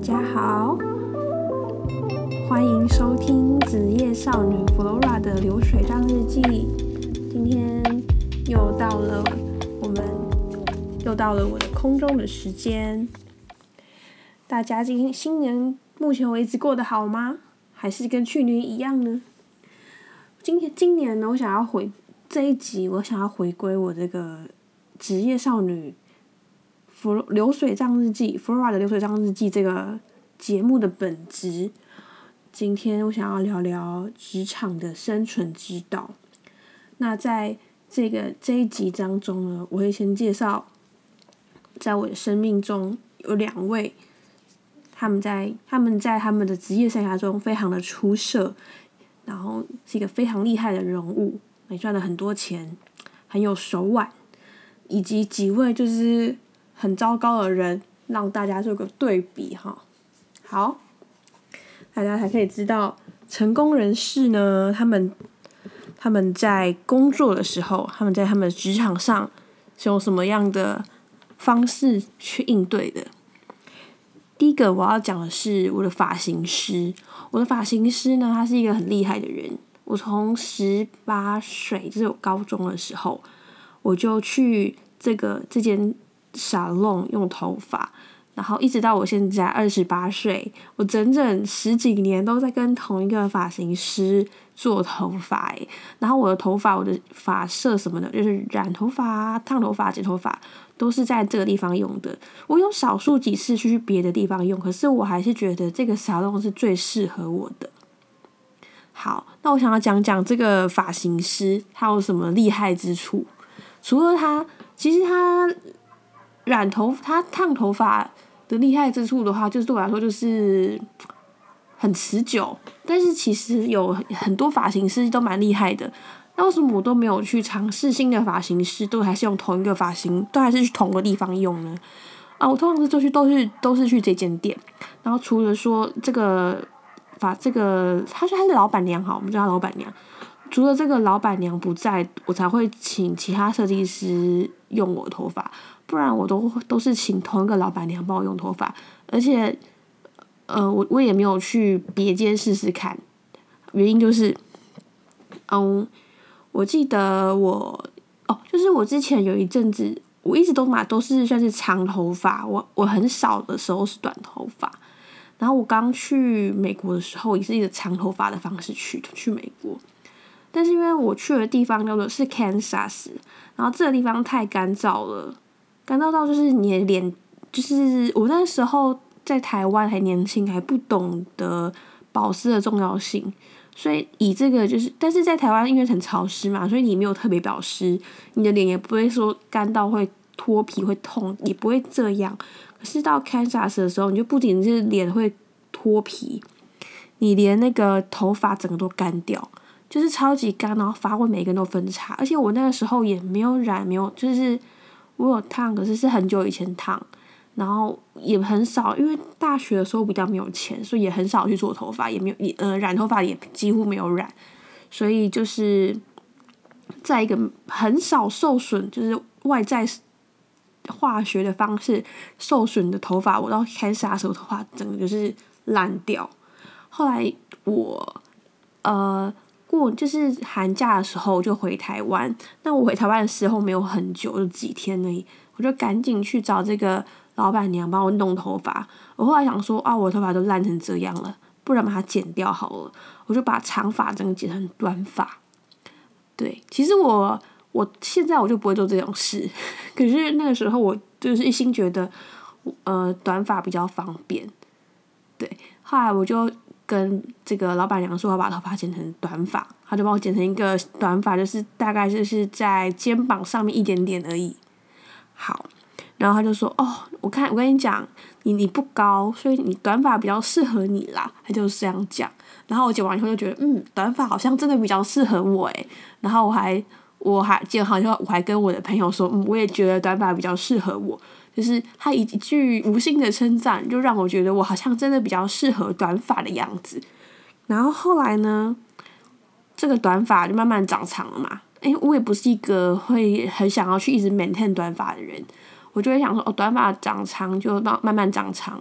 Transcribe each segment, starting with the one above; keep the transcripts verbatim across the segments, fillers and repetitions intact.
家好，欢迎收听职业少女 Flora 的流水账日记。今天又到了我们又到了我的空中的时间。大家今新年目前为止过得好吗？还是跟去年一样呢？今天今年呢，我想要回这一集，我想要回归我这个职业少女弗流水账日记 Flora 的流水账日记这个节目的本质。今天我想要聊聊职场的生存之道。那在这个这一集当中呢，我会先介绍在我的生命中有两位他们在他们在他们的职业生涯中非常的出色，然后是一个非常厉害的人物，也赚了很多钱，很有手腕，以及几位就是很糟糕的人，让大家做个对比哈。好，大家才可以知道成功人士呢，他们他们在工作的时候，他们在他们的职场上是用什么样的方式去应对的。第一个我要讲的是我的发型师。我的发型师呢，他是一个很厉害的人。我从十八岁，就是我高中的时候，我就去这个这间沙龙用头发，然后一直到我现在二十八岁，我整整十几年都在跟同一个发型师做头发诶。然后我的头发，我的发色什么的，就是染头发、烫头发、剪头发，都是在这个地方用的。我有少数几次去别的地方用，可是我还是觉得这个沙龙是最适合我的。好，那我想要讲讲这个发型师他有什么厉害之处。除了他，其实他染头他烫头发的厉害之处的话，就是对我来说就是很持久。但是其实有很多发型师都蛮厉害的，那为什么我都没有去尝试新的发型师，都还是用同一个发型，都还是去同个地方用呢？啊，我通常是都去都是都是去这间店，然后除了说这个发这个，他说他是老板娘好，我们叫他老板娘。除了这个老板娘不在，我才会请其他设计师用我的头发，不然我都都是请同一个老板娘帮我用头发，而且，呃，我我也没有去别间试试看，原因就是，嗯，我记得我哦，就是我之前有一阵子，我一直都嘛都是算是长头发，我我很少的时候是短头发，然后我刚去美国的时候也是一个长头发的方式去去美国。但是因为我去的地方叫做是 Kansas， 然后这个地方太干燥了，干燥到就是你的脸，就是我那时候在台湾还年轻，还不懂得保湿的重要性，所以以这个就是，但是在台湾因为很潮湿嘛，所以你没有特别保湿，你的脸也不会说干到会脱皮会痛，也不会这样。可是到 Kansas 的时候，你就不仅是脸会脱皮，你连那个头发整个都干掉。就是超级干，然后发尾每个人都分叉，而且我那个时候也没有染，没有就是我有烫，可是是很久以前烫，然后也很少，因为大学的时候比较没有钱，所以也很少去做头发，也没有也呃染头发也几乎没有染，所以就是在一个很少受损，就是外在化学的方式受损的头发，我到开始的时候头发整个就是烂掉。后来我呃。过就是寒假的时候就回台湾，那我回台湾的时候没有很久，就几天而已，我就赶紧去找这个老板娘帮我弄头发。我后来想说啊，我的头发都烂成这样了，不然把它剪掉好了，我就把长发整个剪成短发。对，其实我我现在我就不会做这种事，可是那个时候我就是一心觉得，呃，短发比较方便。对，后来我就跟这个老板娘说，要把头发剪成短发，他就帮我剪成一个短发，就是大概就是在肩膀上面一点点而已。好，然后他就说：“哦，我看我跟你讲，你你不高，所以你短发比较适合你啦。”他就是这样讲。然后我剪完以后就觉得，嗯，短发好像真的比较适合我诶。然后我还我还剪好以后，我还跟我的朋友说，嗯，我也觉得短发比较适合我。就是他一句无心的称赞，就让我觉得我好像真的比较适合短发的样子。然后后来呢，这个短发就慢慢长长了嘛。诶，我也不是一个会很想要去一直 maintain 短发的人，我就会想说，哦，短发长长就慢慢长长，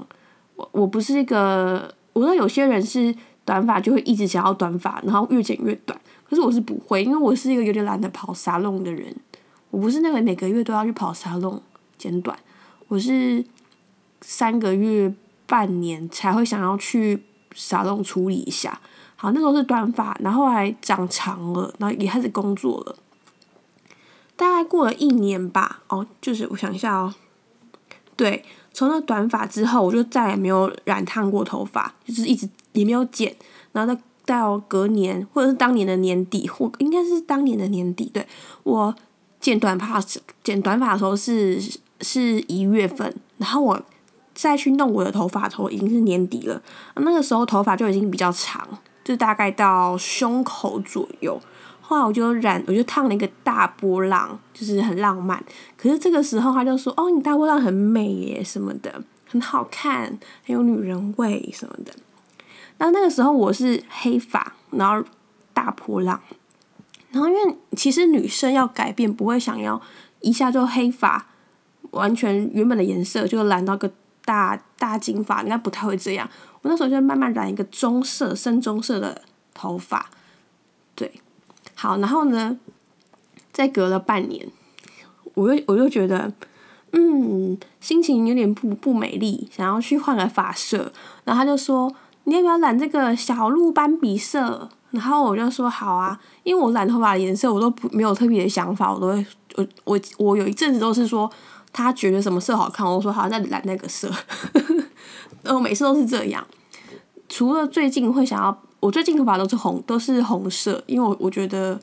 我我不是一个，我知道有些人是短发就会一直想要短发，然后越剪越短。可是我是不会，因为我是一个有点懒得跑沙龙的人。我不是那个每个月都要去跑沙龙剪短，我是三个月、半年才会想要去沙龙处理一下。好，那时候是短发，然后后来长长了，然后也开始工作了。大概过了一年吧，哦，就是我想一下哦，对，从那短发之后，我就再也没有染烫过头发，就是一直也没有剪，然后再到隔年或者是当年的年底，或应该是当年的年底，对，我剪短发剪短发的时候是是一月份，然后我再去弄我的头发的时候已经是年底了，那个时候头发就已经比较长，就大概到胸口左右。后来我就染，我就烫了一个大波浪，就是很浪漫。可是这个时候他就说：“哦，你大波浪很美耶，什么的，很好看，很有女人味什么的。”然后那个时候我是黑发，然后大波浪。然后因为其实女生要改变，不会想要一下就黑发，完全原本的颜色就染到个大大金发，应该不太会这样。我那时候就慢慢染一个棕色、深棕色的头发，对。好，然后呢，再隔了半年，我又我又觉得，嗯，心情有点不不美丽，想要去换个发色。然后他就说：“你要不要染这个小鹿斑比色？”然后我就说：“好啊。”因为我染头发的颜色我都不没有特别的想法，我都会我我我有一阵子都是说他觉得什么色好看，我说好，再染那个色。然后每次都是这样，除了最近会想要。我最近头发都是红，都是红色，因为我我觉得，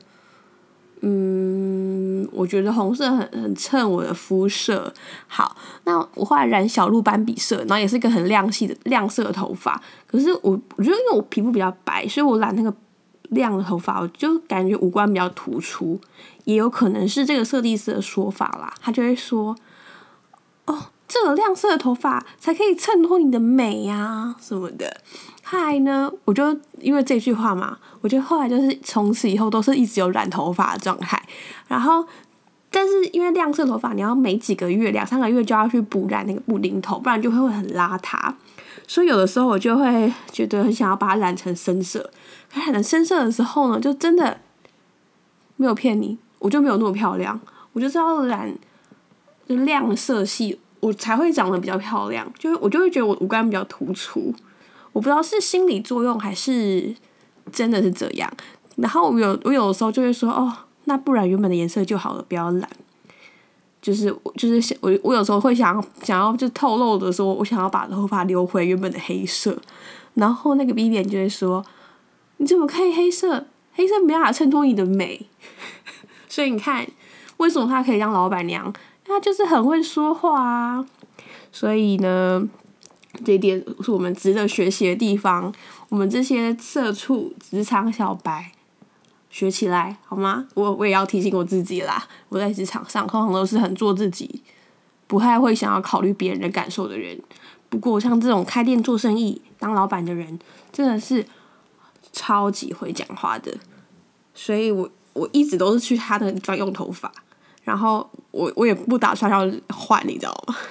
嗯，我觉得红色很很衬我的肤色。好，那我后来染小鹿斑比色，然后也是一个很亮系的亮色的头发。可是我我觉得因为我皮肤比较白，所以我染那个亮的头发，我就感觉五官比较突出。也有可能是这个设计师的说法啦，他就会说，哦，这个亮色的头发才可以衬托你的美呀、啊、什么的。后来呢，我就因为这句话嘛，我就后来就是从此以后都是一直有染头发的状态。然后，但是因为亮色头发，你要每几个月、两三个月就要去补染那个布丁头，不然就会很邋遢。所以有的时候我就会觉得很想要把它染成深色。可染成深色的时候呢，就真的没有骗你，我就没有那么漂亮。我就是要染就亮色系，我才会长得比较漂亮。就我就会觉得我五官比较突出。我不知道是心理作用还是真的是这样，然后我有我有的时候就会说，哦，那不然原本的颜色就好了，不要染。就是就是我我有时候会想想要就透露的说，我想要把头发留回原本的黑色，然后那个 Vivian 就会说，你怎么可以黑色？黑色没办法衬托你的美。所以你看，为什么她可以当老板娘？她就是很会说话啊。所以呢，这一点是我们值得学习的地方。我们这些社畜、职场小白，学起来好吗？我我也要提醒我自己啦。我在职场上通常都是很做自己，不太会想要考虑别人的感受的人。不过像这种开店做生意、当老板的人，真的是超级会讲话的。所以我我一直都是去他的专用头发，然后我我也不打算要换，你知道吗？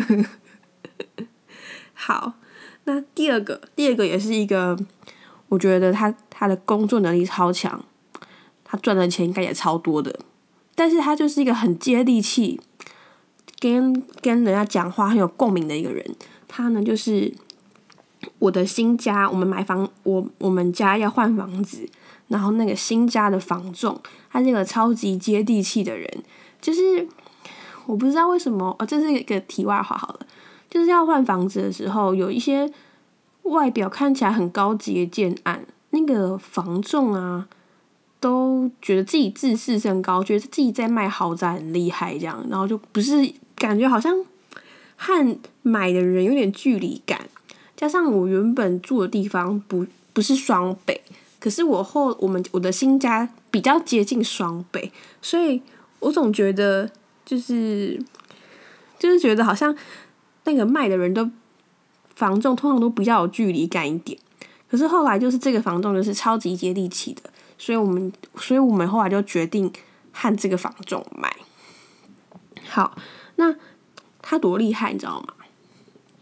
好，那第二个，第二个也是一个，我觉得他他的工作能力超强，他赚的钱应该也超多的，但是他就是一个很接地气，跟跟人家讲话很有共鸣的一个人。他呢就是我的新家，我们买房，我我们家要换房子，然后那个新家的房仲，他是一个超级接地气的人，就是我不知道为什么，哦，这是一个题外话好了。就是要换房子的时候，有一些外表看起来很高级的建案，那个房仲啊，都觉得自己自视甚高，觉得自己在卖豪宅很厉害这样，然后就不是感觉好像和买的人有点距离感。加上我原本住的地方不不是双北，可是我后我们我的新家比较接近双北，所以我总觉得就是就是觉得好像。那个卖的人都房仲通常都比较有距离感一点，可是后来就是这个房仲就是超级接地气的，所以我们所以我们后来就决定和这个房仲买。好，那他多厉害你知道吗？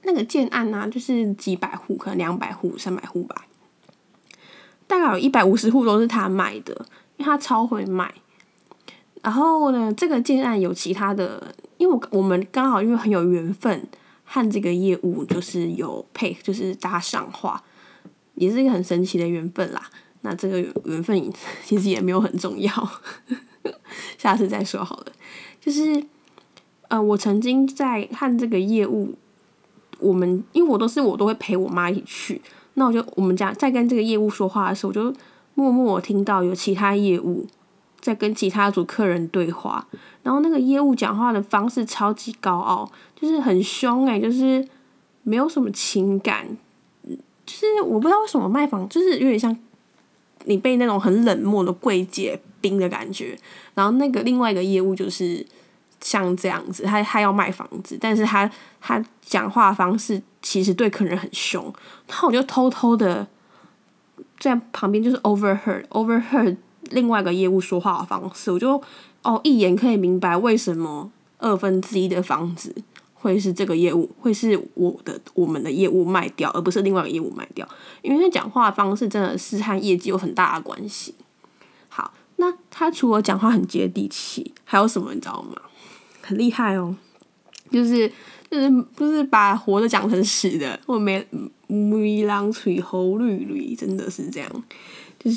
那个建案啊，就是几百户，可能两百户、三百户吧，大概有一百五十户都是他卖的，因为他超会卖。然后呢，这个建案有其他的，因为我我们刚好因为很有缘分，和这个业务就是有配，就是搭上话，也是一个很神奇的缘分啦。那这个缘分其实也没有很重要，下次再说好了。就是呃，我曾经在和这个业务，我们因为我都是我都会陪我妈一起去，那我就我们家在跟这个业务说话的时候，我就默默听到有其他业务在跟其他组客人对话，然后那个业务讲话的方式超级高傲，就是很凶哎、欸，就是没有什么情感，就是我不知道为什么卖房就是有点像你被那种很冷漠的柜姐冰的感觉。然后那个另外一个业务就是像这样子，他他要卖房子，但是他他讲话方式其实对客人很凶，然后我就偷偷的在旁边就是 overheard overheard。另外一个业务说话的方式，我就哦一眼可以明白为什么二分之一的房子会是这个业务，会是我的我们的业务卖掉，而不是另外一个业务卖掉，因为他讲话的方式真的是和业绩有很大的关系。好，那他除了讲话很接地气，还有什么你知道吗？很厉害哦，就是就是就是把活的讲成死的，我没没狼吹猴绿绿，真的是这样，就是。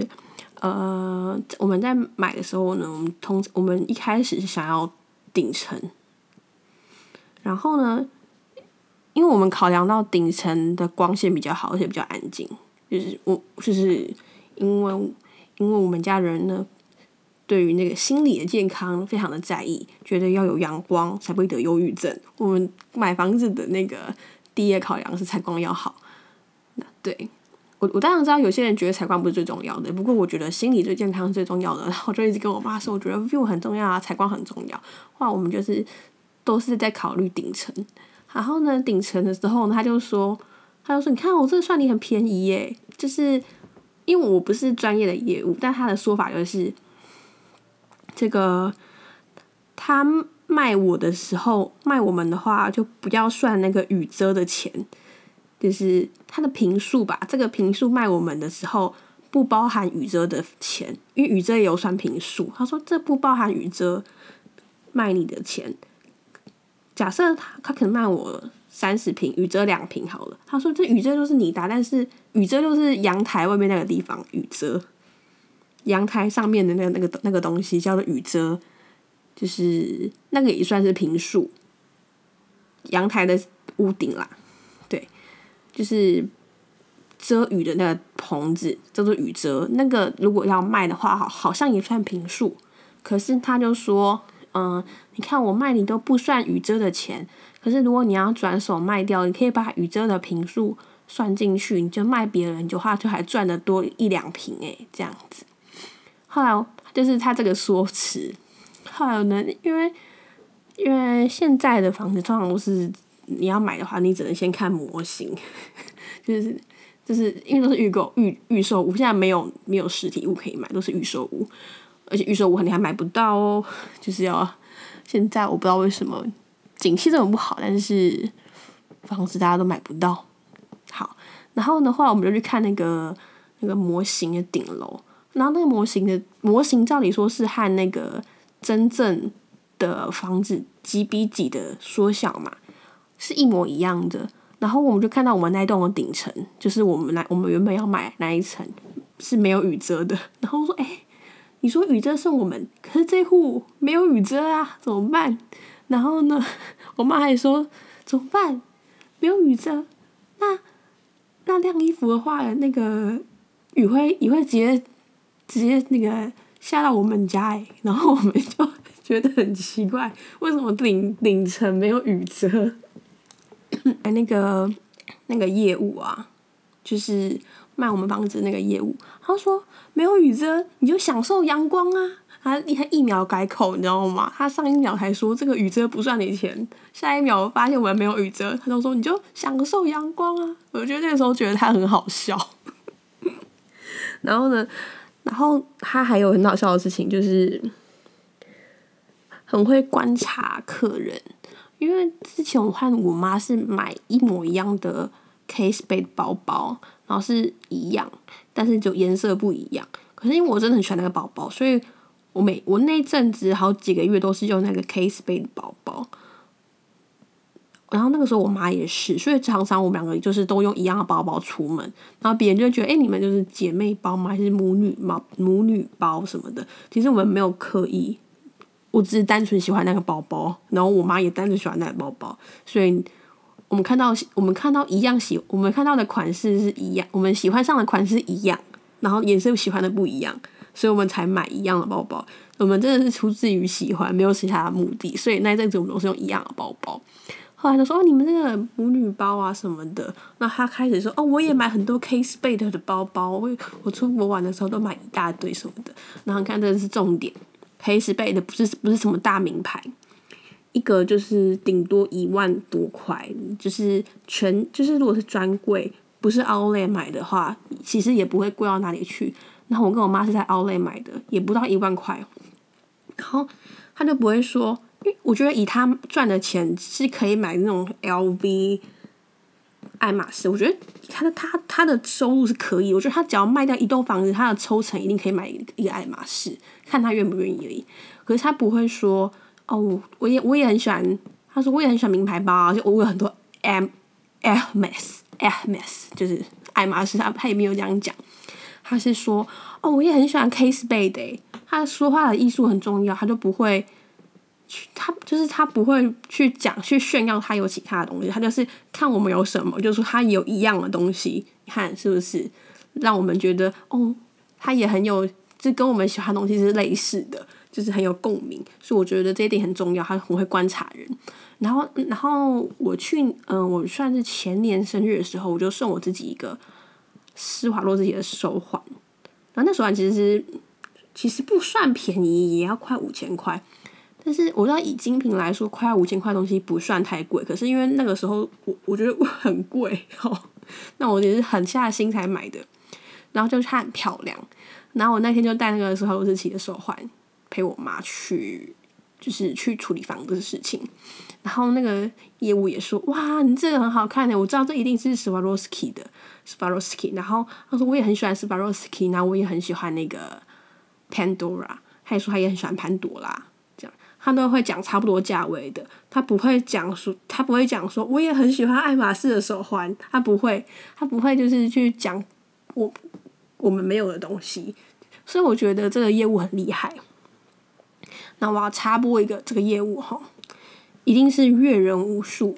呃，我们在买的时候呢，我们通我们一开始是想要顶层，然后呢，因为我们考量到顶层的光线比较好，而且比较安静，就是我就是因为因为我们家人呢，对于那个心理的健康非常的在意，觉得要有阳光才不会得忧郁症。我们买房子的那个第一个考量是采光要好，那对。我我当然知道有些人觉得采光不是最重要的，不过我觉得心理最健康是最重要的。然后我就一直跟我妈说，我觉得 view 很重要啊，采光很重要。后来我们就是都是在考虑顶层。然后呢，顶层的时候呢，他就说，他就说，你看我这个算你很便宜耶，就是因为我不是专业的业务，但他的说法就是这个他卖我的时候，卖我们的话就不要算那个雨遮的钱。就是它的坪数吧，这个坪数卖我们的时候不包含雨遮的钱，因为雨遮也有算坪数。他说这不包含雨遮卖你的钱。假设他他可能卖我三十坪，雨遮两坪好了。他说这雨遮就是你打，但是雨遮就是阳台外面那个地方雨遮，阳台上面的那个那个那个东西叫做雨遮，就是那个也算是坪数，阳台的屋顶啦。就是遮雨的那个棚子叫做雨遮，那个如果要卖的话，好好像也算坪数。可是他就说，嗯，你看我卖你都不算雨遮的钱，可是如果你要转手卖掉，你可以把雨遮的坪数算进去，你就卖别人的话，就还赚得多一两坪诶，这样子。后来就是他这个说辞，后来呢，因为因为现在的房子通常都是。你要买的话，你只能先看模型，就是就是因为都是预购预预售屋，现在没有没有实体屋可以买，都是预售屋，而且预售屋你还买不到哦，就是要现在我不知道为什么景气这么不好，但是房子大家都买不到。好，然后的话我们就去看那个那个模型的顶楼，然后那个模型的模型照理说是和那个真正的房子几比几的缩小嘛。是一模一样的，然后我们就看到我们那栋的顶层，就是我们那我们原本要买那一层是没有雨遮的，然后说，哎、欸，你说雨遮送我们，可是这户没有雨遮啊，怎么办？然后呢，我妈还说怎么办？没有雨遮，那那晾衣服的话，那个雨会雨会直接直接那个下到我们家哎、欸，然后我们就觉得很奇怪，为什么顶顶层没有雨遮？那个那个业务啊，就是卖我们房子的那个业务，他说没有雨遮，你就享受阳光啊！他他一秒改口，你知道吗？他上一秒还说这个雨遮不算你钱，下一秒发现我们没有雨遮，他就说你就享受阳光啊！我觉得那个时候觉得他很好笑。然后呢，然后他还有很好笑的事情，就是很会观察客人。 因为之前我和我妈是买一模一样的 Kate Spade 包包，然后是一样，但是就颜色不一样。可是因为我真的很喜欢那个包包，所以我每我那一阵子好几个月都是用那个 Kate Spade 包包。然后那个时候我妈也是，所以常常我们两个就是都用一样的包包出门，然后别人就觉得，哎、欸，你们就是姐妹包吗？还是母女包、母女包什么的？其实我们没有刻意，我只是单纯喜欢那个包包，然后我妈也单纯喜欢那个包包，所以我们看到我们看到一样喜，我们看到的款式是一样，我们喜欢上的款式一样，然后颜色喜欢的不一样，所以我们才买一样的包包。我们真的是出自于喜欢，没有其他的目的，所以那一阵子我们都是用一样的包包。后来他说：“哦，你们这个母女包啊什么的。”那他开始说：“哦，我也买很多 Kate Spade 的包包，我我出国玩的时候都买一大堆什么的。”然后你看，这是重点 ，Kate Spade 不是不是什么大名牌，一个就是顶多一万多块，就是全就是如果是专柜，不是 Outlet 买的话，其实也不会贵到哪里去。然后我跟我妈是在 Outlet 买的，也不到一万块，然后他就不会说。因为我觉得以他赚的钱是可以买那种 L V、爱马仕，我觉得他的他他的收入是可以。我觉得他只要卖掉一栋房子，他的抽成一定可以买一个爱马仕，看他愿不愿意而已。可是他不会说哦，我也我也很喜欢，他说我也很喜欢名牌包，就我有很多 M Hermes Hermes 就是爱马仕，他他也没有这样讲。他是说哦，我也很喜欢 Kate Spade，欸，他说话的艺术很重要，他就不会。他就是他不会去讲去炫耀他有其他的东西，他就是看我们有什么，就是说他有一样的东西，你看是不是让我们觉得哦，他也很有，就跟我们喜欢的东西是类似的，就是很有共鸣。所以我觉得这一点很重要，他很会观察人。然后，然后我去，嗯、呃，我算是前年生日的时候，我就送我自己一个施华洛世奇的手环。然后那手环其实是其实不算便宜，也要快五千块。但是我知道以精品来说，快要五千块的东西不算太贵，可是因为那个时候我我觉得很贵哦，那我也是狠下心才买的，然后就它很漂亮，然后我那天就戴那个施华洛世奇的手环陪我妈去，就是去处理房子的事情，然后那个业务也说哇，你这个很好看的，我知道这一定是施华洛世奇的施华洛世奇，然后他说我也很喜欢施华洛世奇，然后我也很喜欢那个 Pandora， 他也说他也很喜欢潘朵拉。他都会讲差不多价位的，他不会讲说，他不会讲说，我也很喜欢爱马仕的手环，他不会，他不会就是去讲我我们没有的东西，所以我觉得这个业务很厉害。那我要插播一个这个业务哈，一定是阅人无数。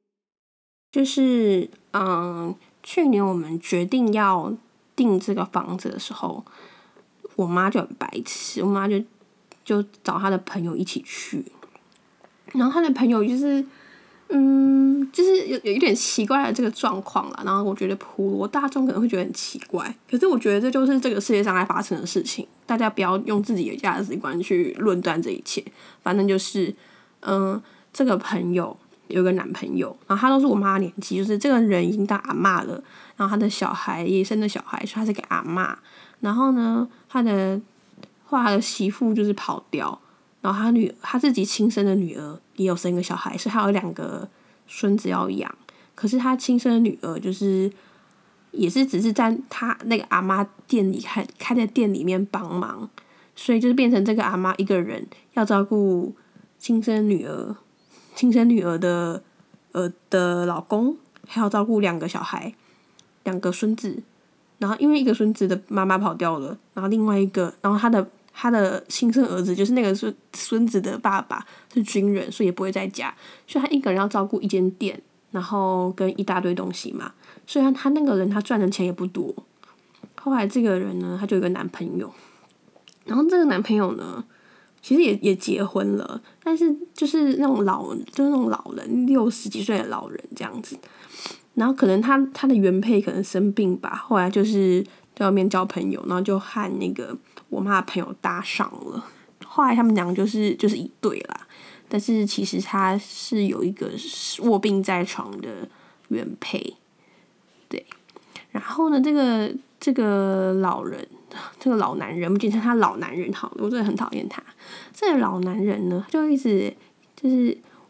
就是嗯，去年我们决定要订这个房子的时候，我妈就很白痴，我妈就。就找他的朋友一起去，然后他的朋友就是，嗯，就是有有一点奇怪的这个状况啦。然后我觉得普罗大众可能会觉得很奇怪，可是我觉得这就是这个世界上在发生的事情，大家不要用自己的价值观去论断这一切。反正就是，嗯，这个朋友有个男朋友，然后他都是我妈的年纪，就是这个人已经当阿嬷了，然后他的小孩也生的小孩，所以他是个阿嬷。然后呢，他的。后来他的媳妇就是跑掉，然后他女他自己亲生的女儿也有生一个小孩，所以他有两个孙子要养。可是他亲生的女儿就是也是只是在他那个阿妈店里开开在店里面帮忙，所以就是变成这个阿妈一个人要照顾亲生女儿、亲生女儿的呃的老公，还要照顾两个小孩、两个孙子。然后因为一个孙子的妈妈跑掉了，然后另外一个，然后他的他的亲生儿子就是那个孙孙子的爸爸是军人，所以也不会在家，所以他一个人要照顾一间店，然后跟一大堆东西嘛，所以他他那个人他赚的钱也不多。后来这个人呢，他就有一个男朋友，然后这个男朋友呢，其实也也结婚了，但是就是那种老就是那种老人六十几岁的老人这样子。然后可能他他的原配可能生病吧，后来就是在外面交朋友，然后就和那个我妈的朋友搭上了。后来他们两个就是就是一对啦，但是其实他是有一个卧病在床的原配，对。然后呢，这个这个老人，这个老男人，我们简称他老男人好了，我真的很讨厌他。这个老男人呢，他就一直就是。我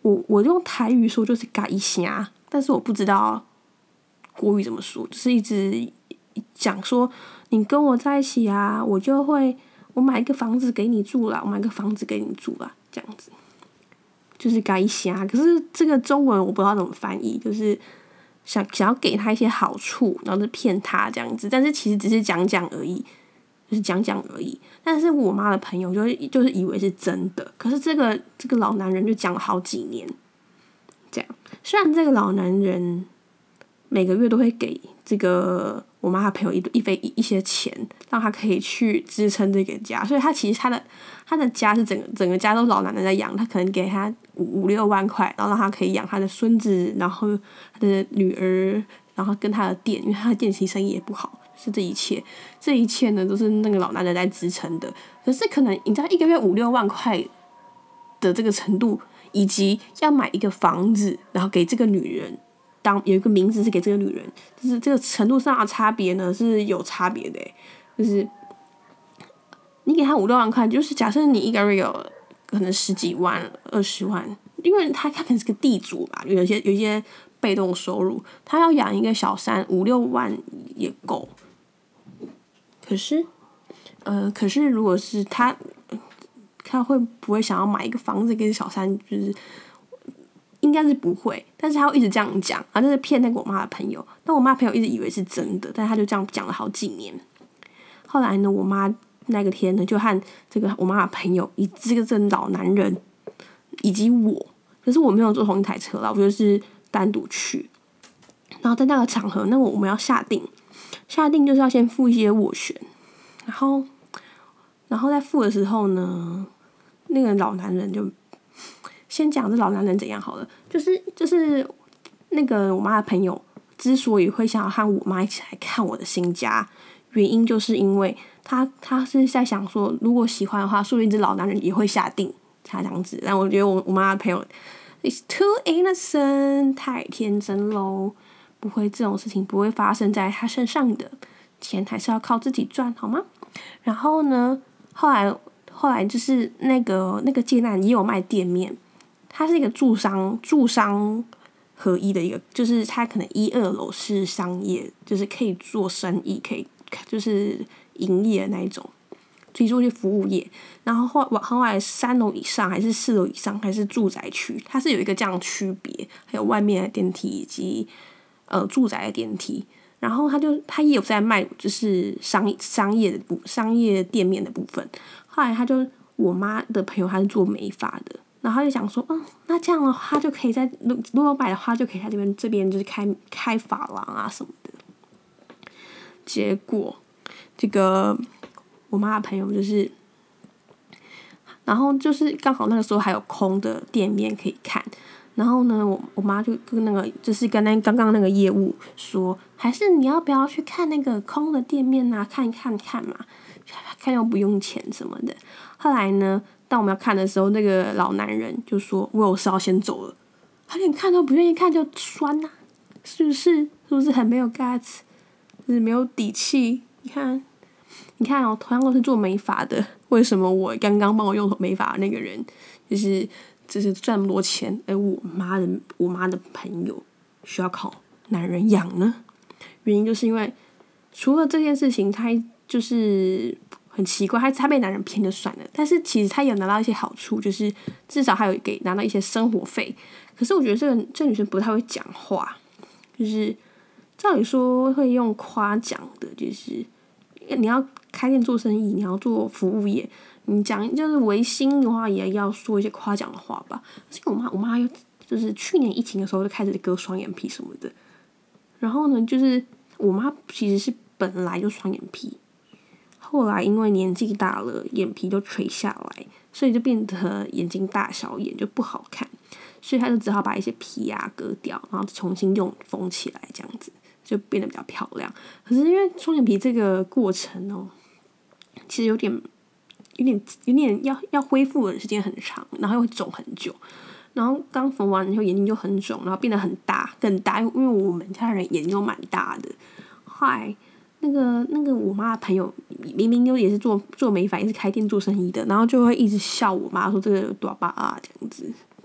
我我用台语说就是嘎一下，但是我不知道国语怎么说，就是一直讲说你跟我在一起啊，我就会我买一个房子给你住啦，我买个房子给你住啦，这样子就是嘎一下。可是这个中文我不知道怎么翻译，就是想想要给他一些好处，然后就骗他这样子，但是其实只是讲讲而已。就是讲讲而已，但是我妈的朋友就就是以为是真的，可是这个这个老男人就讲了好几年，这样。虽然这个老男人每个月都会给这个我妈的朋友一一飞一些钱，让他可以去支撑这个家，所以他其实他的他的家是整个整个家都老男人在养，他可能给他五五六万块，然后让他可以养他的孙子，然后他的女儿，然后跟他的店，因为他的店其实生意也不好。是这一切，这一切呢都是那个老男人在支撑的。可是可能你知道一个月五六万块的这个程度，以及要买一个房子，然后给这个女人当有一个名字是给这个女人，就是这个程度上的差别呢是有差别的。就是你给他五六万块，就是假设你一个月有可能十几万、二十万，因为他他可能是个地主吧，有些有一些被动收入，他要养一个小三，五六万也够。可是，呃，可是如果是他，他会不会想要买一个房子给小三？就是应该是不会，但是他会一直这样讲，啊，就是骗那个我妈的朋友。那我妈朋友一直以为是真的，但他就这样讲了好几年。后来呢，我妈那个天呢，就和这个我妈的朋友，以这个这个老男人以及我，可是我没有坐同一台车啦，我就是单独去。然后在那个场合，那我们要下定。下定就是要先付一些斡旋，然后，然后在付的时候呢，那个老男人就先讲这老男人怎样好了，就是就是那个我妈的朋友之所以会想要和我妈一起来看我的新家，原因就是因为他他是在想说，如果喜欢的话，说不定这老男人也会下定，他这样子。但我觉得我我妈的朋友 is too innocent， 太天真喽。不会，这种事情不会发生在他身上的，钱还是要靠自己赚，好吗？然后呢，后来后来就是那个那个借贷也有卖店面，他是一个住商住商合一的一个，就是他可能一二楼是商业，就是可以做生意，可以就是营业的那一种，所以做一些服务业。然后后后来三楼以上还是四楼以上还是住宅区，它是有一个这样的区别，还有外面的电梯以及。呃，住宅的电梯，然后他就他也有在卖，就是商商业的部商业店面的部分。后来他就我妈的朋友，他是做美发的，然后他就想说，嗯，那这样的话就可以在如如果买的话，就可以在这边这边就是开开发廊啊什么的。结果这个我妈的朋友就是，然后就是刚好那个时候还有空的店面可以看。然后呢，我我妈就跟那个，就是跟那刚刚那个业务说，还是你要不要去看那个空的店面啊？看一看看嘛，看又不用钱什么的。后来呢，当我们要看的时候，那个老男人就说：“我有事要先走了。”他连看都不愿意看就酸呐、啊，是不是？是不是很没有 guts， 就是没有底气？你看，你看哦，同样都是做美发的，为什么我刚刚帮我用美发的那个人，就是？就是赚那么多钱，而我妈的我妈的朋友需要靠男人养呢？原因就是因为除了这件事情，他就是很奇怪，他他被男人骗就算了，但是其实他有拿到一些好处，就是至少还有给拿到一些生活费。可是我觉得这个这个女生不太会讲话，就是照理说会用夸奖的，就是你要开店做生意，你要做服务业。你讲就是维新的话，也要说一些夸奖的话吧。而且我妈，我妈又就是去年疫情的时候就开始割双眼皮什么的。然后呢，就是我妈其实是本来就双眼皮，后来因为年纪大了，眼皮就垂下来，所以就变得眼睛大小眼就不好看，所以她就只好把一些皮啊割掉，然后重新用缝起来，这样子就变得比较漂亮。可是因为双眼皮这个过程哦，其实有点。有点有点要要恢复的时间很长，然后又会肿很久，然后刚缝完以后眼睛就很肿，然后变得很大更大，因为我们家人眼睛都蛮大的。后来那个那个我妈的朋友明明就也是做做美发，也是开店做生意的，然后就会一直笑我妈说这个多巴啊这样子，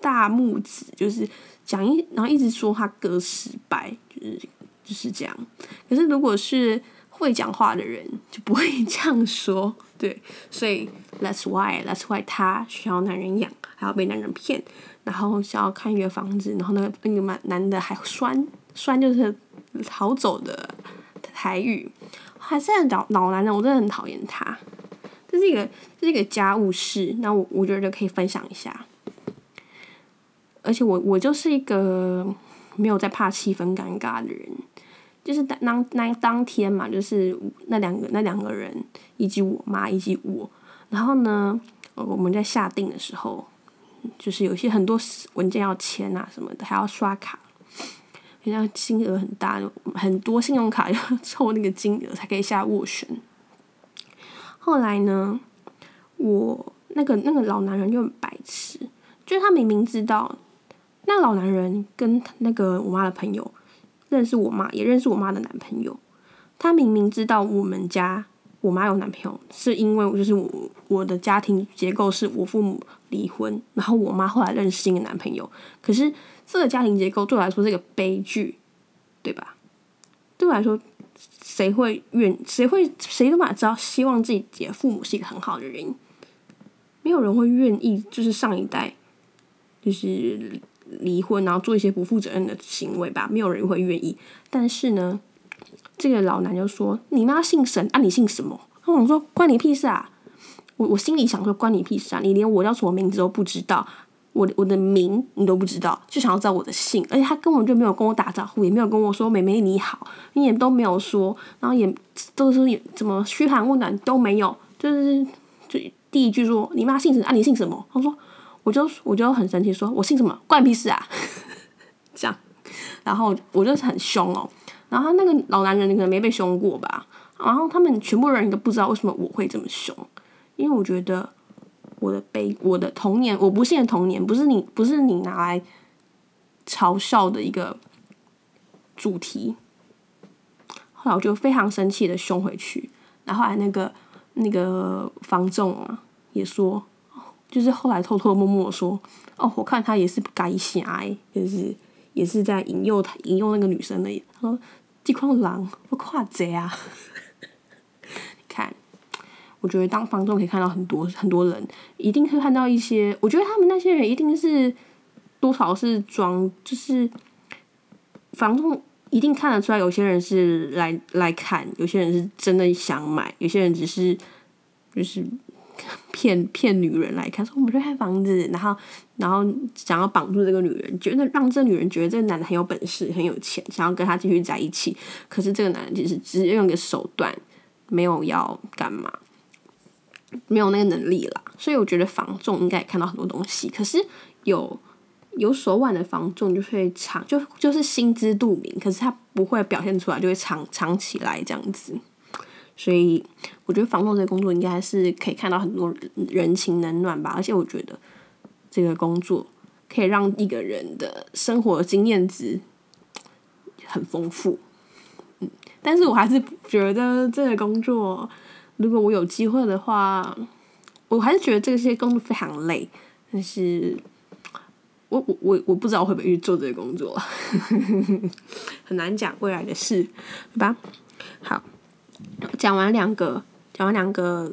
大拇指，就是讲一，然后一直说他哥失败，就是就是这样。可是如果是会讲话的人，就不会这样说，对，所以 that's why that's why 他需要男人养，还要被男人骗，然后想要看一个房子，然后那个那个男的还酸酸，就是逃走的台语，还是很老老男人，我真的很讨厌他。这是一个这是一个家务事，那我我觉得可以分享一下。而且我我就是一个没有在怕气氛尴尬的人，就是当当当天嘛，就是那两个那两个人以及我妈以及我，然后呢，我们在下定的时候，就是有些很多文件要签啊什么的，还要刷卡，好像金额很大，很多信用卡要凑那个金额才可以下斡旋。后来呢，我那个那个老男人就很白痴，就是他明明知道。那老男人跟那个我妈的朋友认识我妈，也认识我妈的男朋友。他明明知道我们家我妈有男朋友，是因为就是我我的家庭结构是我父母离婚，然后我妈后来认识新的男朋友。可是这个家庭结构对我来说是一个悲剧，对吧？对我来说，谁会愿谁会谁都嘛知道，希望自己的父母是一个很好的人，没有人会愿意就是上一代就是离婚，然后做一些不负责任的行为吧，没有人会愿意。但是呢，这个老男就说：“你妈信神啊，你信什么？”然后我说：“关你屁事啊！”我我心里想说：“关你屁事啊！你连我叫什么名字都不知道，我我的名你都不知道，就想要知道我的姓，而且他根本就没有跟我打招呼，也没有跟我说‘妹妹你好’，你也都没有说，然后也都是怎么嘘寒问暖都没有，就是就第一句说你妈姓什么啊，你姓什么？”他说。我就我就很生气，说我姓什么，关你屁事啊！这样，然后我就很凶哦。然后他那个老男人可能没被凶过吧，然后他们全部人都不知道为什么我会这么凶，因为我觉得我的悲，我的童年，我不幸的童年，不是你不是你拿来嘲笑的一个主题。后来我就非常生气的凶回去，然后后来那个那个房仲啊也说。就是后来偷偷摸摸说，哦，我看他也是改瞎欸，就是也是在引诱他引诱那个女生的。他说：“这款人我看贼啊！”你看，我觉得当房仲可以看到很多很多人，一定会看到一些。我觉得他们那些人一定是多少是装，就是房仲一定看得出来，有些人是来来看，有些人是真的想买，有些人只是就是。骗骗女人来看，说我们去看房子，然后然后想要绑住这个女人，觉得让这个女人觉得这个男的很有本事、很有钱，想要跟他继续在一起。可是这个男人其实只是用一个手段，没有要干嘛，没有那个能力啦。所以我觉得房仲应该也看到很多东西，可是有有手腕的房仲就会藏，就就是心知肚明，可是他不会表现出来，就会藏藏起来这样子。所以我觉得房仲这个工作应该是可以看到很多人情冷暖吧，而且我觉得这个工作可以让一个人的生活经验值很丰富。嗯，但是我还是觉得这个工作，如果我有机会的话，我还是觉得这些工作非常累。但是我我我我不知道我会不会去做这个工作，很难讲未来的事，对吧？好。讲完两个，讲完两个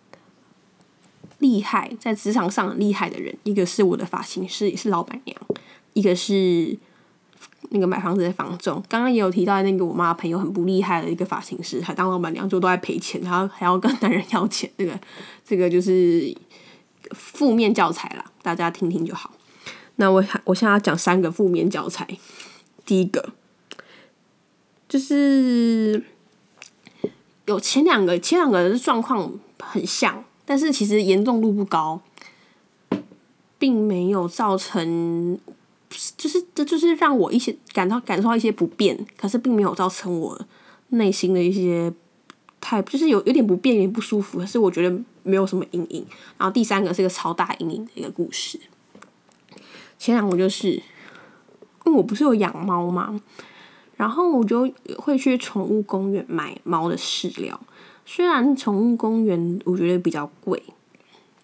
厉害在职场上很厉害的人，一个是我的发型师，也是老板娘；一个是那个买房子的房仲。刚刚也有提到那个我妈朋友很不厉害的一个发型师，还当老板娘，就都在赔钱，然后还要跟男人要钱，这个这个就是负面教材啦，大家听听就好。那我我现在要讲三个负面教材。第一个就是有前两个，前两个的状况很像，但是其实严重度不高，并没有造成，就是这就是让我一些感到感受到一些不便，可是并没有造成我内心的一些太就是有有点不便，有点不舒服，可是我觉得没有什么阴影。然后第三个是一个超大阴影的一个故事。前两个就是，因为我不是有养猫嘛，然后我就会去宠物公园买猫的饲料。虽然宠物公园我觉得比较贵，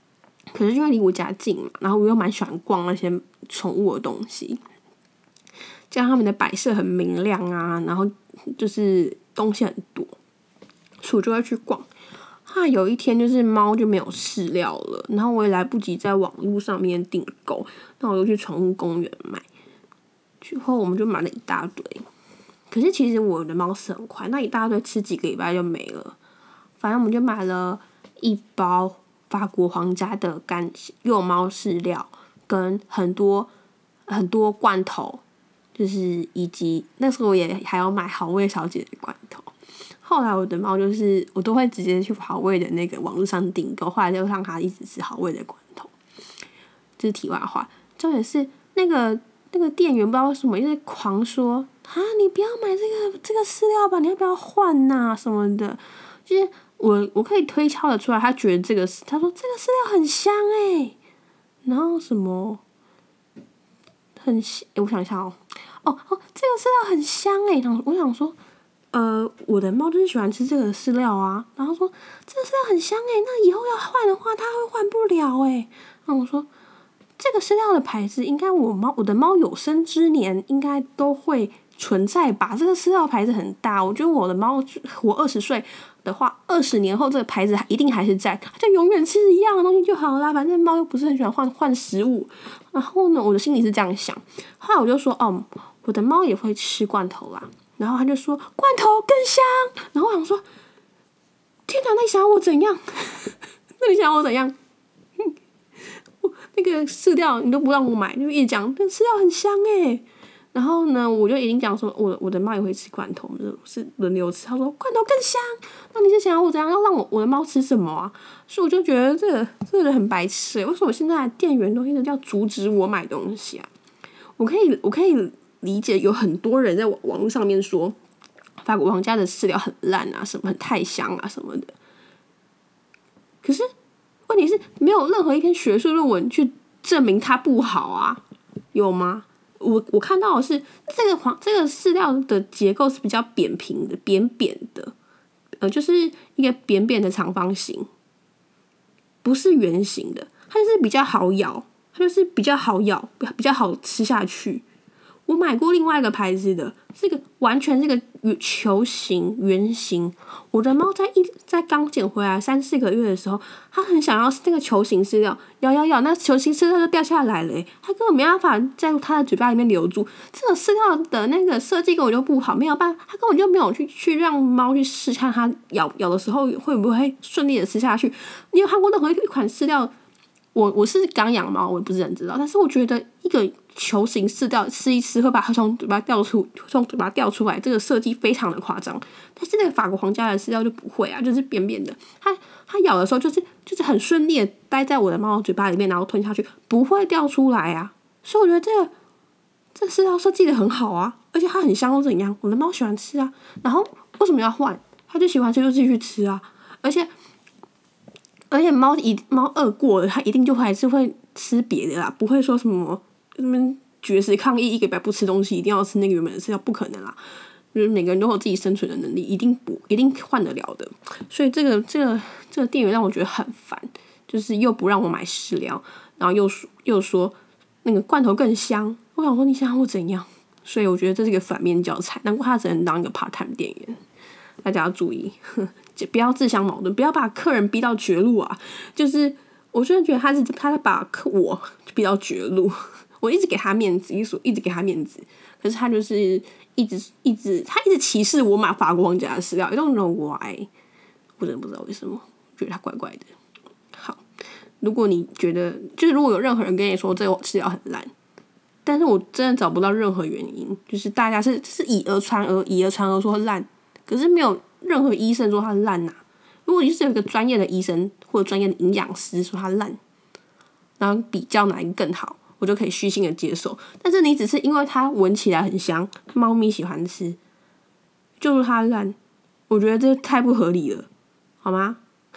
可是因为离我家近嘛，然后我又蛮喜欢逛那些宠物的东西，加上他们的摆设很明亮啊，然后就是东西很多，所以我就会去逛。啊，有一天就是猫就没有饲料了，然后我也来不及在网络上面订购，那我就去宠物公园买。之后我们就买了一大堆，可是其实我的猫是很快，那一大堆吃几个礼拜就没了。反正我们就买了一包法国皇家的干幼猫饲料，跟很多很多罐头，就是以及那时候我也还要买好味小姐的罐头。后来我的猫就是我都会直接去好味的那个网络上订购，后来就让它一直吃好味的罐头。这是题外话，重点是那个那个店员不知道为什么一直狂说啊，你不要买这个这个饲料吧，你要不要换呐、啊、什么的。就是我我可以推敲的出来，他觉得这个他说这个饲料很香哎、欸，然后什么很香、欸，我想一下哦哦哦，这个饲料很香哎、欸，我想说。呃，我的猫就是喜欢吃这个饲料啊，然后说这个饲料很香哎、欸，那以后要换的话，它会换不了哎、欸。然后我说这个饲料的牌子，应该我猫我的猫有生之年应该都会存在吧？这个饲料牌子很大，我觉得我的猫活二十岁的话，二十年后这个牌子一定还是在，它就永远吃一样的东西就好啦。反正猫又不是很喜欢换换食物。然后呢，我的心里是这样想，后来我就说哦，我的猫也会吃罐头啦。然后他就说罐头更香，然后我想说，天哪，那你想要我怎样？那你想要我怎样？那个饲料你都不让我买，就一直讲这饲料很香哎。然后呢，我就已经讲说，我我的猫也会吃罐头，是轮流吃。他说罐头更香，那你是想要我怎样？要让我我的猫吃什么啊？所以我就觉得这个这个人很白痴、欸，为什么现在的店员都一直要阻止我买东西啊？我可以我可以。理解有很多人在网络上面说法国皇家的饲料很烂啊，什么很太香啊什么的。可是问题是没有任何一篇学术论文去证明它不好啊，有吗？我我看到的是这个黄这个饲料的结构是比较扁平的、扁扁的，呃，就是一个扁扁的长方形，不是圆形的，它就是比较好咬，它就是比较好咬，比较好吃下去。我买过另外一个牌子的，这个完全是个球形圆形。我的猫在一在刚捡回来三四个月的时候，它很想要那个球形饲料，咬咬咬，那球形饲料就掉下来了、欸，它根本没办法在它的嘴巴里面留住。这个饲料的那个设计根本就不好，没有办法，它根本就没有去去让猫去试看它咬咬的时候会不会顺利的吃下去。你有看过任何一款饲料？我我是刚养猫，我也不是很知道，但是我觉得一个球形饲料吃一吃会把它从嘴巴掉出，从嘴巴掉出来，这个设计非常的夸张。但是那个法国皇家的饲料就不会啊，就是扁扁的，它它咬的时候就是就是很顺利的待在我的猫的嘴巴里面，然后吞下去，不会掉出来啊。所以我觉得这个这个饲料设计的很好啊，而且它很香又怎样？我的猫喜欢吃啊，然后为什么要换？它就喜欢吃就自己去吃啊，而且。而且猫一猫饿过了，它一定就还是会吃别的啦，不会说什么什么绝食抗议，一个礼拜不吃东西，一定要吃那个原本的饲料，不可能啦。就是每个人都有自己生存的能力，一定不一定换得了的。所以这个这个这个店员让我觉得很烦，就是又不让我买饲料，然后又又说那个罐头更香。我想说你想我怎样？所以我觉得这是一个反面教材，难怪他只能当一个 part time 店员。大家要注意，不要自相矛盾，不要把客人逼到绝路啊！就是我真的觉得他是他在把客我逼到绝路，我一直给他面子，一直一直给他面子，可是他就是一直一直他一直歧视我买法国皇家的饲料 ，I don't know why， 我真的不知道为什么，觉得他怪怪的。好，如果你觉得就是如果有任何人跟你说这个饲料很烂，但是我真的找不到任何原因，就是大家是是以讹传讹，以讹传讹说烂。可是没有任何医生说它烂呐、啊。如果你是有一个专业的医生或者专业的营养师说它烂，然后比较哪一个更好，我就可以虚心的接受。但是你只是因为它闻起来很香，猫咪喜欢吃，就说它烂，我觉得这太不合理了，好吗？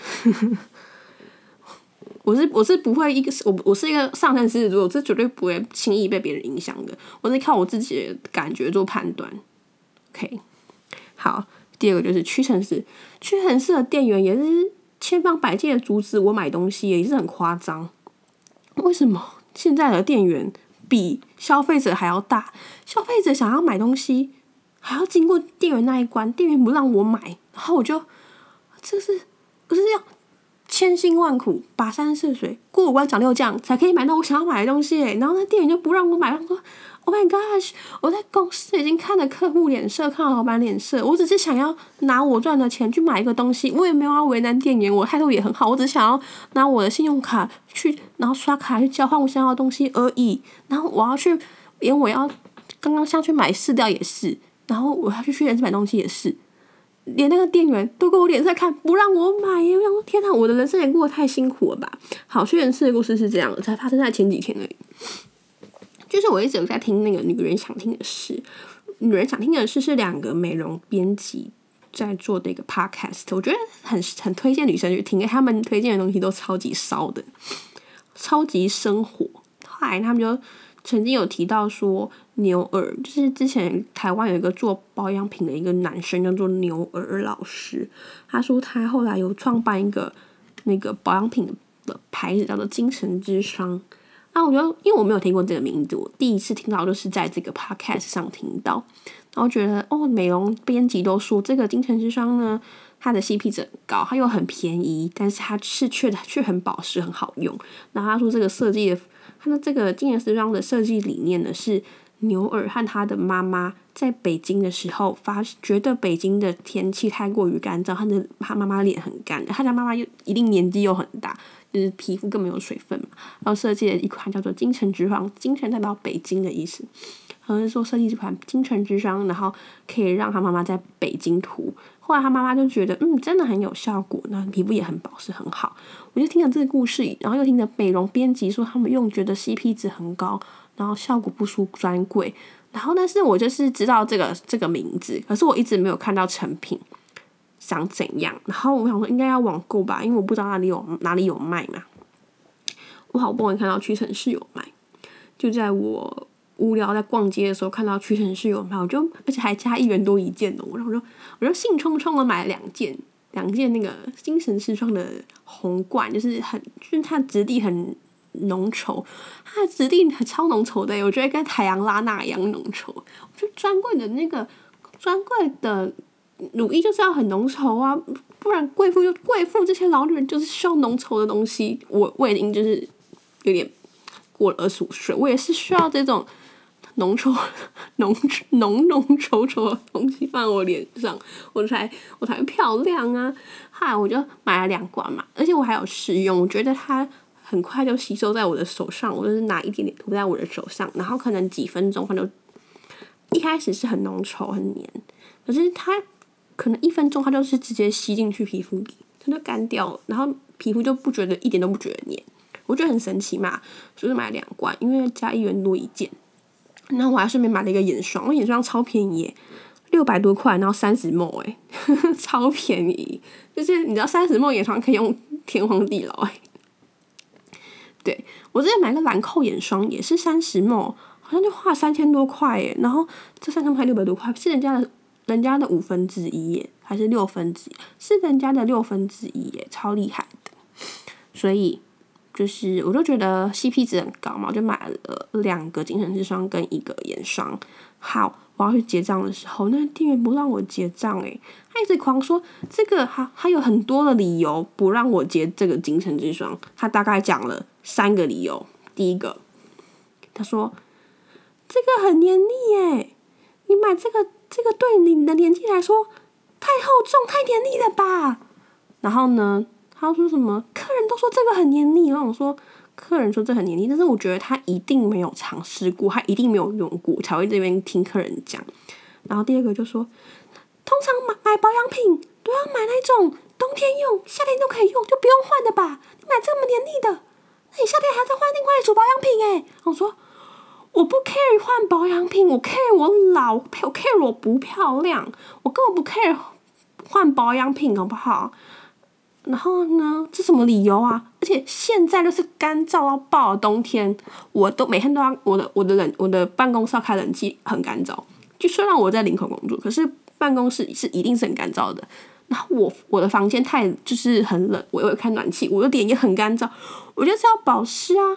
我是我是不会一个我我是一个上升狮子座，我是绝对不会轻易被别人影响的。我是靠我自己的感觉做判断。OK， 好。第二个就是屈臣氏，屈臣氏的店员也是千方百计的阻止我买东西，也是很夸张。 为什么现在的店员比消费者还要大？消费者想要买东西还要经过店员那一关，店员不让我买，然后我就这是可是要千辛万苦跋山涉水过五关斩六将才可以买到我想要买的东西，然后那店员就不让我买，他说 Oh my gosh， 我在公司已经看了客户脸色，看了老板脸色，我只是想要拿我赚的钱去买一个东西，我也没有要为难店员，我态度也很好，我只想要拿我的信用卡去，然后刷卡去交换我想要的东西而已。然后我要去，连我要刚刚上去买饲料也是，然后我要去屈臣氏买东西也是，连那个店员都给我脸色看，不让我买耶！我想说天哪，我的人生也过得太辛苦了吧？好，屈臣氏的故事是这样的，才发生在前几天而已。就是我一直有在听那个女人想听的事，女人想听的事是两个美容编辑在做的一个 podcast， 我觉得很很推荐女生去听，因为他们推荐的东西都超级骚的，超级生活。后来他们就曾经有提到说，牛耳就是之前台湾有一个做保养品的一个男生叫做牛耳老师，他说他后来有创办一个那个保养品的牌子叫做精神之商。啊，我觉得因为我没有听过这个名字，我第一次听到就是在这个 podcast 上听到，然后觉得哦，美容编辑都说这个精神之商呢，它的 C P 值很高，它又很便宜，但是它是却却很保湿，很好用。然后他说这个设计的，他的这个精神之商的设计理念呢是牛耳和他的妈妈在北京的时候发觉得北京的天气太过于干燥，他的他妈妈脸很干，他家妈妈又一定年纪又很大。就是皮肤更没有水分嘛，然后设计了一款叫做精神之霜，精神代表北京的意思，然后说设计这款精神之霜，然后可以让他妈妈在北京涂。后来他妈妈就觉得，嗯，真的很有效果，然后皮肤也很保湿很好。我就听了这个故事，然后又听着美容编辑说他们用觉得 C P 值很高，然后效果不输专柜。然后但是我就是知道这个这个名字，可是我一直没有看到成品长怎样，然后我想说应该要网购吧，因为我不知道哪里有哪里有卖嘛。我好不容易看到屈臣氏有卖，就在我无聊在逛街的时候看到屈臣氏有卖，我就而且还加一元多一件哦，然后我就我就兴冲冲的买了两件，两件那个精神之霜的红罐，就是很就是它的质地很浓稠，它的质地很超浓稠的，我觉得跟海洋拉娜一样浓稠。我觉得专柜的那个专柜的乳液就是要很浓稠啊，不然贵妇就贵妇这些老女人就是需要浓稠的东西。我我已经就是有点过了二十五岁，我也是需要这种浓稠、浓浓浓稠稠的东西放在我脸上，我才我才会漂亮啊！嗨，我就买了两罐嘛，而且我还有试用，我觉得它很快就吸收在我的手上，我就是拿一点点涂在我的手上，然后可能几分钟它就一开始是很浓稠很黏，可是它可能一分钟它就是直接吸进去皮肤里，它就干掉了，然后皮肤就不觉得一点都不觉得黏，我觉得很神奇嘛，所以就买了两罐，因为加一元多一件。然后我还顺便买了一个眼霜，我眼霜超便宜耶，六百多块，然后三十 ml 哎，超便宜，就是你知道三十 ml 眼霜可以用天荒地老哎。对，我之前买个兰蔻眼霜也是三十 ml，好像就花三千多块耶，然后这三千块六百多块是人家的。人家的五分之一耶，还是六分之一？是人家的六分之一耶，超厉害的。所以就是我就觉得 C P 值很高嘛，我就买了两个精神之霜跟一个眼霜。好，我要去结账的时候，那店员不让我结账诶，他一直狂说这个还还有很多的理由不让我结这个精神之霜。他大概讲了三个理由。第一个，他说这个很黏腻耶，你买这个。这个对你的年纪来说太厚重、太黏腻了吧？然后呢，他说什么？客人都说这个很黏腻。然后我说，客人说这很黏腻，但是我觉得他一定没有尝试过，他一定没有用过，才会这边听客人讲。然后第二个就说，通常买买保养品都要买那种冬天用、夏天都可以用，就不用换的吧？你买这么黏腻的，那你夏天还在换另外一组保养品哎？我说。我不 care 换保养品，我 care 我老，我 care 我不漂亮，我根本不 care 换保养品，好不好？然后呢，这什么理由啊？而且现在就是干燥到爆的冬天，我都每天都要我的我的冷我的办公室要开冷气，很干燥。就虽然我在林口工作，可是办公室是一定是很干燥的。然后我我的房间太就是很冷，我又开暖气，我的脸也很干燥，我就是要保湿啊。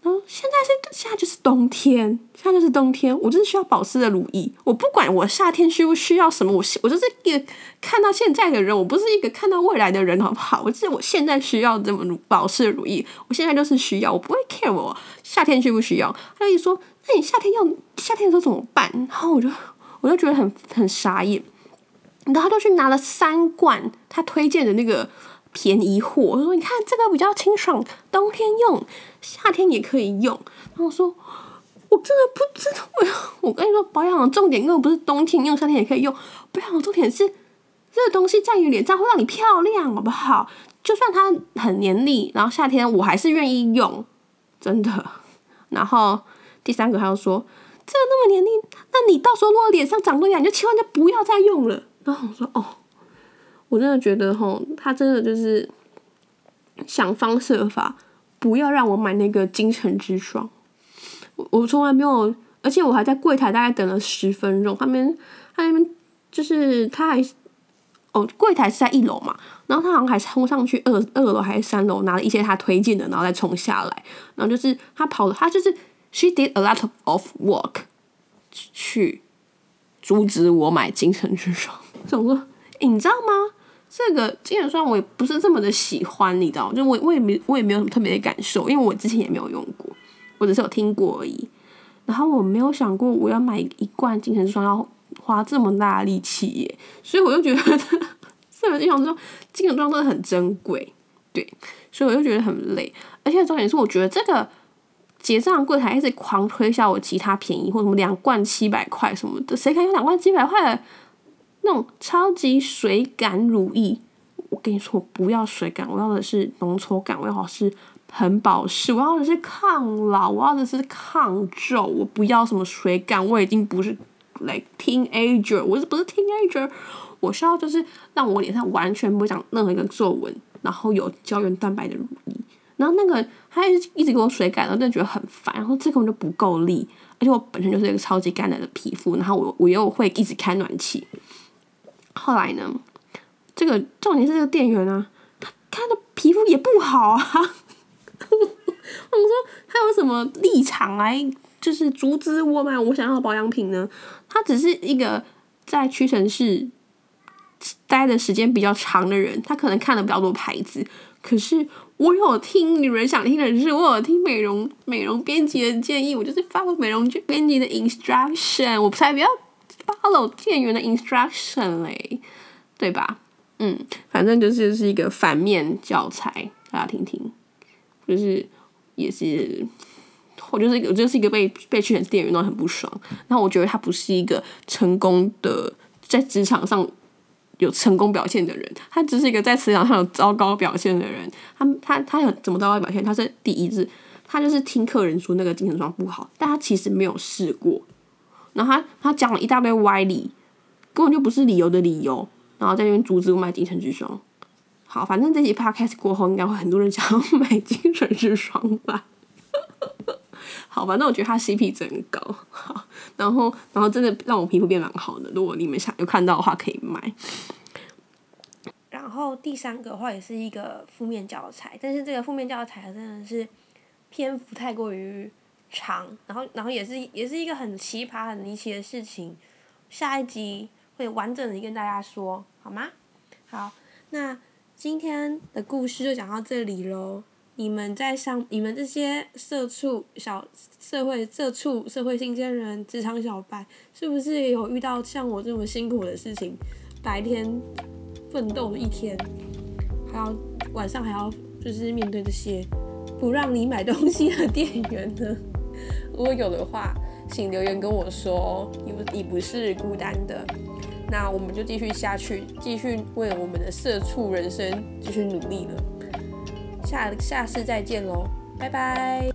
然后现在是现在就是冬天，现在就是冬天，我就是需要保湿的乳液。我不管我夏天需不需要什么，我我就是一个看到现在的人，我不是一个看到未来的人，好不好？我就是我现在需要这么保湿的乳液，我现在就是需要，我不会 care 我夏天需不需要。他就一说，那你夏天要夏天的时候怎么办？然后我就我就觉得很很傻眼。然后他就去拿了三罐他推荐的那个便宜货，我说你看这个比较清爽，冬天用，夏天也可以用。然后我说我真的不知道，我我跟你说保养的重点根本不是冬天用，夏天也可以用，保养的重点是这个东西在你脸上会让你漂亮，好不好？就算它很黏腻，然后夏天我还是愿意用，真的。然后第三个他又说这个那么黏腻，那你到时候如果脸上长痘牙，你就千万就不要再用了。然后我说哦，我真的觉得吼，他真的就是想方设法不要让我买那个金城之霜。我我从来没有，而且我还在柜台大概等了十分钟，他们他那边就是他还哦柜台是在一楼嘛，然后他好像还冲上去二二楼还是三楼拿了一些他推荐的，然后再冲下来，然后就是他跑了，他就是 she did a lot of work 去阻止我买金城之霜。我说、欸、你知道吗？这个金城之霜我也不是这么的喜欢，你知道吗？就我我也没我也没有什么特别的感受，因为我之前也没有用过，我只是有听过而已。然后我没有想过我要买一罐金城之霜要花这么大的力气耶，所以我就觉得这个金城之霜金城之霜真的很珍贵，对，所以我就觉得很累。而且重点是，我觉得这个结账的柜台一直狂推销我其他便宜或什么两罐七百块什么的，谁敢用两罐七百块的那种超级水感乳液？我跟你说，我不要水感，我要的是浓稠感，我要的是很保湿，我要的是抗老，我要的是抗皱，我不要什么水感。我已经不是 like teenager， 我是不是 teenager？ 我需要就是让我脸上完全不会长任何一个皱纹，然后有胶原蛋白的乳液。然后那个他一直给我水感，然后真的觉得很烦。然后这根本就不够力，而且我本身就是一个超级干的皮肤，然后我我又会一直开暖气。后来呢，这个重点是这个店员啊，他他的皮肤也不好啊。我说他有什么立场来就是阻止我买我想要的保养品呢？他只是一个在屈臣氏待的时间比较长的人，他可能看了比较多牌子。可是我有听女人想听的是，我有听美容美容编辑的建议，我就是 follow 美容编辑的 instruction， 我才不要 follow 店员的 instruction 嘞，对吧？嗯，反正就是是一个反面教材，大家听听。就是也是，我就是我就是一个被被屈臣氏店员弄得很不爽。然后我觉得他不是一个成功的在职场上有成功表现的人，他只是一个在职场上有糟糕表现的人。他他他有怎么糟糕表现？他是第一是，他就是听客人说那个金城霜不好，但他其实没有试过。然后他他讲了一大堆歪理，根本就不是理由的理由，然后在那边阻止我买金城之霜。好，反正这集 podcast 过后，应该会很多人想要买金城之霜吧。好，反正我觉得它 C P 值很高。好，然后然后真的让我皮肤变蛮好的。如果你们想有看到的话，可以买。然后第三个的话也是一个负面教材，但是这个负面教材真的是篇幅太过于长，然后然后也是也是一个很奇葩、很离奇的事情。下一集会完整的跟大家说，好吗？好，那今天的故事就讲到这里咯。你们在上，你们这些社畜、小社会社畜、社会新鲜人、职场小白，是不是也有遇到像我这么辛苦的事情？白天奋斗一天，还要晚上还要就是面对这些不让你买东西的店员呢？如果有的话，请留言跟我说，你不你不是孤单的。那我们就继续下去，继续为了我们的社畜人生继续努力了。下下次再见喽，拜拜。